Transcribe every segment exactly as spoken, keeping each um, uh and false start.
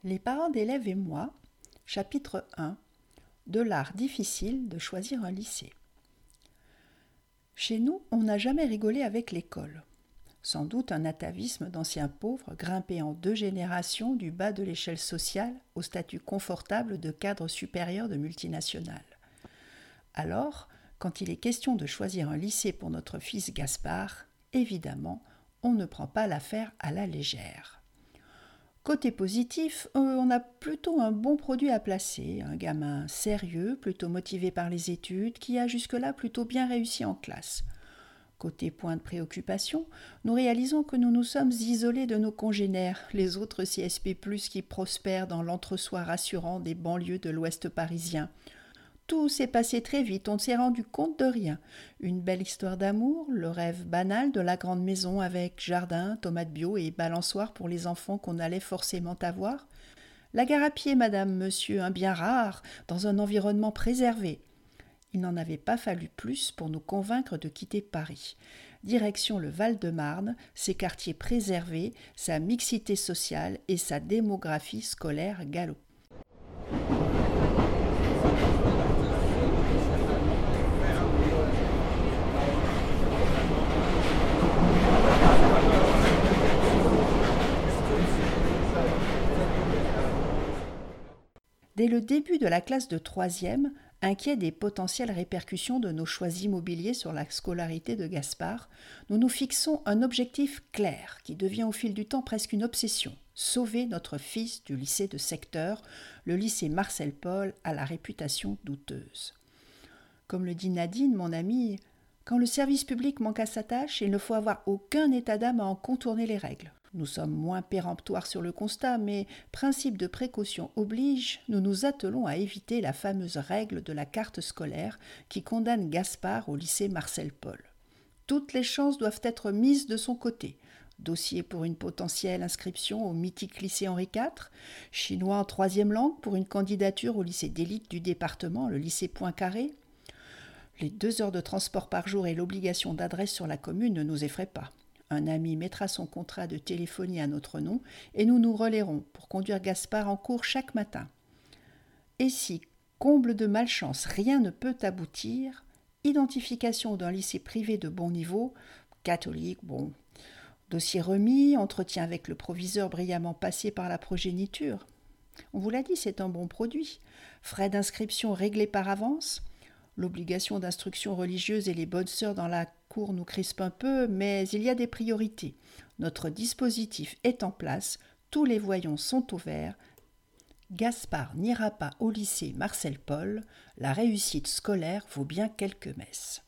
Les parents d'élèves et moi, chapitre un, de l'art difficile de choisir un lycée. Chez nous, on n'a jamais rigolé avec l'école. Sans doute un atavisme d'anciens pauvres grimpés en deux générations du bas de l'échelle sociale au statut confortable de cadre supérieur de multinationales. Alors, quand il est question de choisir un lycée pour notre fils Gaspard, évidemment, on ne prend pas l'affaire à la légère. Côté positif, euh, on a plutôt un bon produit à placer, un gamin sérieux, plutôt motivé par les études, qui a jusque-là plutôt bien réussi en classe. Côté point de préoccupation, nous réalisons que nous nous sommes isolés de nos congénères, les autres C S P plus, qui prospèrent dans l'entre-soi rassurant des banlieues de l'ouest parisien. Tout s'est passé très vite, on ne s'est rendu compte de rien. Une belle histoire d'amour, le rêve banal de la grande maison avec jardin, tomates bio et balançoire pour les enfants qu'on allait forcément avoir. La gare à pied, madame, monsieur, un bien rare, dans un environnement préservé. Il n'en avait pas fallu plus pour nous convaincre de quitter Paris. Direction le Val-de-Marne, ses quartiers préservés, sa mixité sociale et sa démographie scolaire galopante. Dès le début de la classe de troisième, inquiets des potentielles répercussions de nos choix immobiliers sur la scolarité de Gaspard, nous nous fixons un objectif clair qui devient au fil du temps presque une obsession, sauver notre fils du lycée de secteur, le lycée Marcel Paul à la réputation douteuse. Comme le dit Nadine, mon amie, quand le service public manque à sa tâche, il ne faut avoir aucun état d'âme à en contourner les règles. Nous sommes moins péremptoires sur le constat, mais principe de précaution oblige, nous nous attelons à éviter la fameuse règle de la carte scolaire qui condamne Gaspard au lycée Marcel Paul. Toutes les chances doivent être mises de son côté. Dossier pour une potentielle inscription au mythique lycée Henri quatre, chinois en troisième langue pour une candidature au lycée d'élite du département, le lycée Poincaré. Les deux heures de transport par jour et l'obligation d'adresse sur la commune ne nous effraient pas. Un ami mettra son contrat de téléphonie à notre nom et nous nous relayerons pour conduire Gaspard en cours chaque matin. Et si, comble de malchance, rien ne peut aboutir, identification d'un lycée privé de bon niveau, catholique, bon, dossier remis, entretien avec le proviseur brillamment passé par la progéniture. On vous l'a dit, c'est un bon produit. Frais d'inscription réglés par avance. L'obligation d'instruction religieuse et les bonnes sœurs dans la cour nous crispent un peu, mais il y a des priorités. Notre dispositif est en place, tous les voyants sont au vert. Gaspard n'ira pas au lycée Marcel Paul, la réussite scolaire vaut bien quelques messes.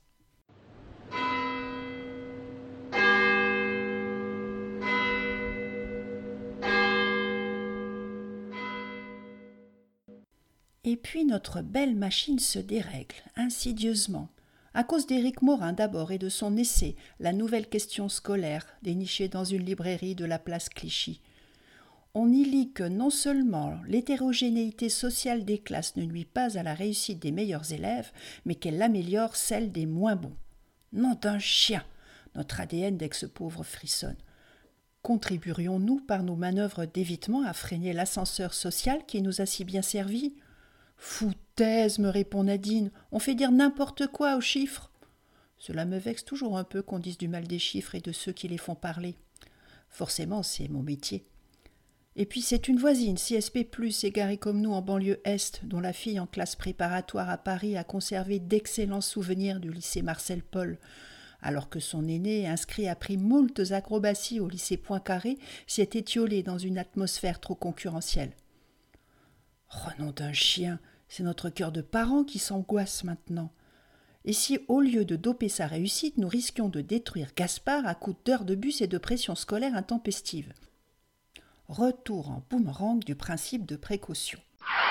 Et puis notre belle machine se dérègle, insidieusement, à cause d'Éric Morin d'abord et de son essai « La nouvelle question scolaire » déniché dans une librairie de la place Clichy. On y lit que non seulement l'hétérogénéité sociale des classes ne nuit pas à la réussite des meilleurs élèves, mais qu'elle améliore celle des moins bons. Nom d'un chien, notre A D N d'ex-pauvre frissonne. Contribuerions-nous par nos manœuvres d'évitement à freiner l'ascenseur social qui nous a si bien servi ? Foutaise, me répond Nadine, on fait dire n'importe quoi aux chiffres. Cela me vexe toujours un peu qu'on dise du mal des chiffres et de ceux qui les font parler. Forcément, c'est mon métier. Et puis c'est une voisine, C S P plus, égarée comme nous en banlieue Est, dont la fille en classe préparatoire à Paris a conservé d'excellents souvenirs du lycée Marcel Paul, alors que son aîné, inscrit à prix moultes acrobaties au lycée Poincaré, s'y est étiolé dans une atmosphère trop concurrentielle. Oh, nom d'un chien, c'est notre cœur de parent qui s'angoisse maintenant. Et si, au lieu de doper sa réussite, nous risquions de détruire Gaspard à coups d'heures de bus et de pression scolaire intempestive ? Retour en boomerang du principe de précaution.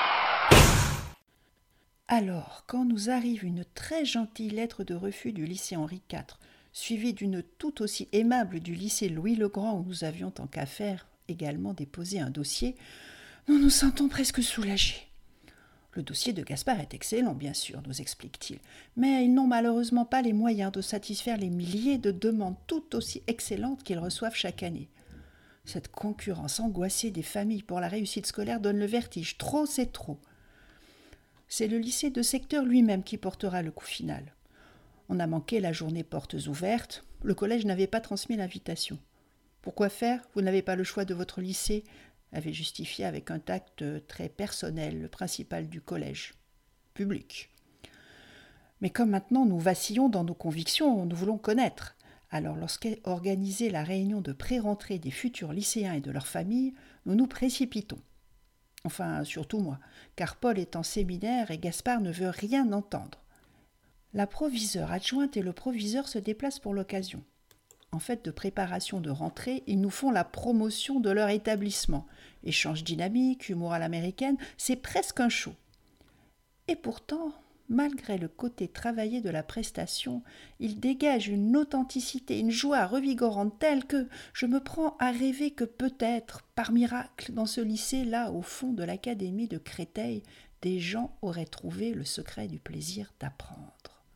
Alors, quand nous arrive une très gentille lettre de refus du lycée Henri quatre, suivie d'une tout aussi aimable du lycée Louis-le-Grand où nous avions tant qu'à faire également déposé un dossier, nous nous sentons presque soulagés. Le dossier de Gaspard est excellent, bien sûr, nous explique-t-il, mais ils n'ont malheureusement pas les moyens de satisfaire les milliers de demandes tout aussi excellentes qu'ils reçoivent chaque année. Cette concurrence angoissée des familles pour la réussite scolaire donne le vertige. Trop, c'est trop. C'est le lycée de secteur lui-même qui portera le coup final. On a manqué la journée portes ouvertes. Le collège n'avait pas transmis l'invitation. Pourquoi faire ? Vous n'avez pas le choix de votre lycée, avait justifié avec un tact très personnel le principal du collège public. Mais comme maintenant nous vacillons dans nos convictions, nous voulons connaître. Alors lorsqu'est organisée la réunion de pré-rentrée des futurs lycéens et de leurs familles, nous nous précipitons. Enfin, surtout moi, car Paul est en séminaire et Gaspard ne veut rien entendre. La proviseure adjointe et le proviseur se déplacent pour l'occasion. En fait de préparation de rentrée, ils nous font la promotion de leur établissement. Échange dynamique, humour à l'américaine, c'est presque un show. Et pourtant, malgré le côté travaillé de la prestation, il dégage une authenticité, une joie revigorante telle que je me prends à rêver que peut-être, par miracle, dans ce lycée-là, au fond de l'académie de Créteil, des gens auraient trouvé le secret du plaisir d'apprendre.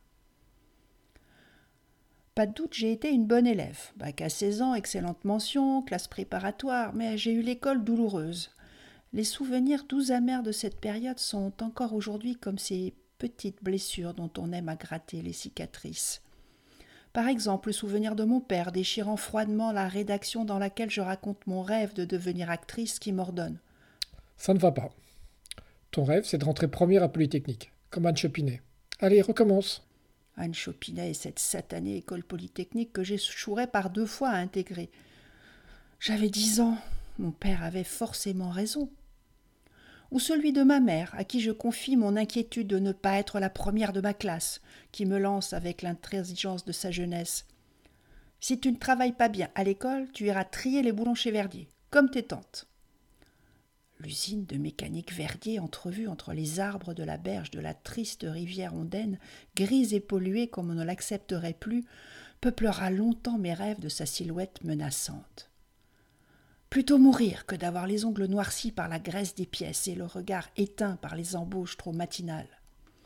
Pas de doute, j'ai été une bonne élève. Bac à seize ans, excellente mention, classe préparatoire, mais j'ai eu l'école douloureuse. Les souvenirs doux amers de cette période sont encore aujourd'hui comme ces petites blessures dont on aime à gratter les cicatrices. Par exemple, le souvenir de mon père déchirant froidement la rédaction dans laquelle je raconte mon rêve de devenir actrice qui m'ordonne. Ça ne va pas. Ton rêve, c'est de rentrer première à Polytechnique, comme Anne Chopinet. Allez, recommence. Anne Chopinet et cette satanée école polytechnique que j'échouerais par deux fois à intégrer. J'avais dix ans, mon père avait forcément raison. Ou celui de ma mère, à qui je confie mon inquiétude de ne pas être la première de ma classe, qui me lance avec l'intransigeance de sa jeunesse. Si tu ne travailles pas bien à l'école, tu iras trier les boulons chez Verdier, comme tes tantes. L'usine de mécanique Verdier, entrevue entre les arbres de la berge de la triste rivière Ondaine, grise et polluée comme on ne l'accepterait plus, peuplera longtemps mes rêves de sa silhouette menaçante. Plutôt mourir que d'avoir les ongles noircis par la graisse des pièces et le regard éteint par les embauches trop matinales.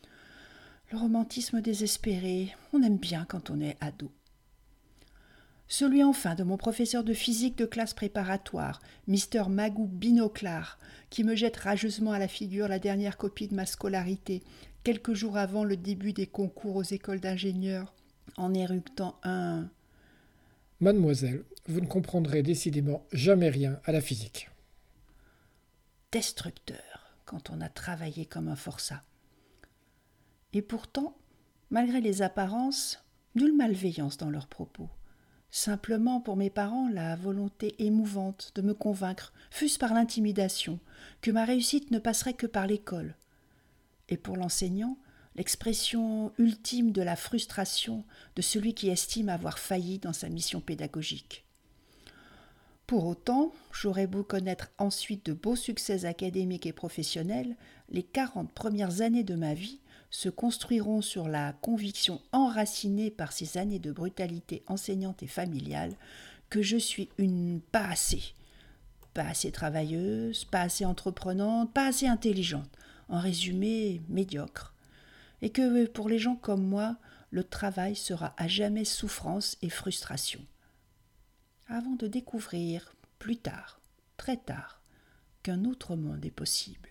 Le romantisme désespéré, on aime bien quand on est ado. Celui enfin de mon professeur de physique de classe préparatoire, mister Magou Binoclar, qui me jette rageusement à la figure la dernière copie de ma scolarité, quelques jours avant le début des concours aux écoles d'ingénieurs, en éructant un... Mademoiselle, vous ne comprendrez décidément jamais rien à la physique. Destructeur, quand on a travaillé comme un forçat. Et pourtant, malgré les apparences, nulle malveillance dans leurs propos. Simplement pour mes parents la volonté émouvante de me convaincre, fût-ce par l'intimidation, que ma réussite ne passerait que par l'école. Et pour l'enseignant, l'expression ultime de la frustration de celui qui estime avoir failli dans sa mission pédagogique. Pour autant, j'aurais beau connaître ensuite de beaux succès académiques et professionnels, les quarante premières années de ma vie se construiront sur la conviction enracinée par ces années de brutalité enseignante et familiale que je suis une pas assez, pas assez travailleuse, pas assez entreprenante, pas assez intelligente, en résumé médiocre, et que pour les gens comme moi, le travail sera à jamais souffrance et frustration. Avant de découvrir, plus tard, très tard, qu'un autre monde est possible.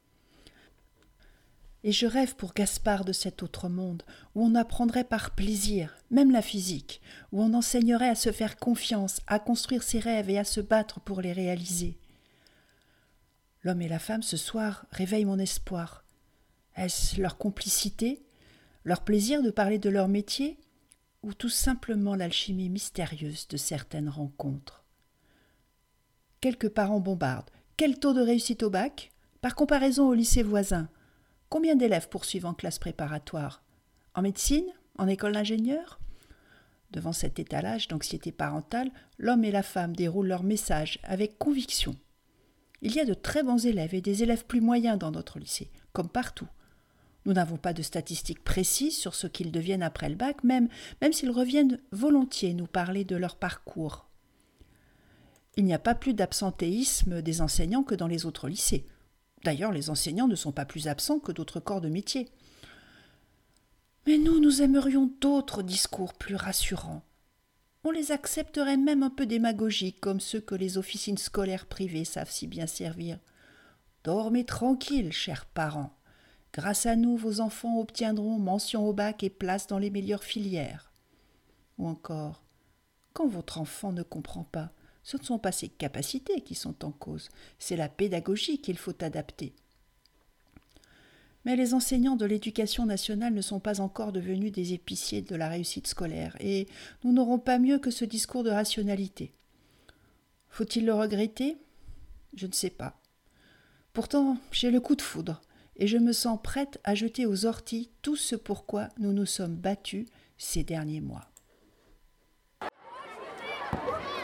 Et je rêve pour Gaspard de cet autre monde, où on apprendrait par plaisir, même la physique, où on enseignerait à se faire confiance, à construire ses rêves et à se battre pour les réaliser. L'homme et la femme, ce soir, réveillent mon espoir. Est-ce leur complicité, leur plaisir de parler de leur métier, ou tout simplement l'alchimie mystérieuse de certaines rencontres? Quelques parents bombardent. Quel taux de réussite au bac? Par comparaison au lycée voisin. Combien d'élèves poursuivent en classe préparatoire? En médecine? En école d'ingénieur? Devant cet étalage d'anxiété parentale, l'homme et la femme déroulent leur message avec conviction. Il y a de très bons élèves et des élèves plus moyens dans notre lycée, comme partout. Nous n'avons pas de statistiques précises sur ce qu'ils deviennent après le bac, même, même s'ils reviennent volontiers nous parler de leur parcours. Il n'y a pas plus d'absentéisme des enseignants que dans les autres lycées. D'ailleurs, les enseignants ne sont pas plus absents que d'autres corps de métier. Mais nous, nous aimerions d'autres discours plus rassurants. On les accepterait même un peu démagogiques, comme ceux que les officines scolaires privées savent si bien servir. Dormez tranquilles, chers parents. Grâce à nous, vos enfants obtiendront mention au bac et place dans les meilleures filières. Ou encore, quand votre enfant ne comprend pas, ce ne sont pas ses capacités qui sont en cause, c'est la pédagogie qu'il faut adapter. Mais les enseignants de l'éducation nationale ne sont pas encore devenus des épiciers de la réussite scolaire, et nous n'aurons pas mieux que ce discours de rationalité. Faut-il le regretter ? Je ne sais pas. Pourtant, j'ai le coup de foudre, et je me sens prête à jeter aux orties tout ce pourquoi nous nous sommes battus ces derniers mois.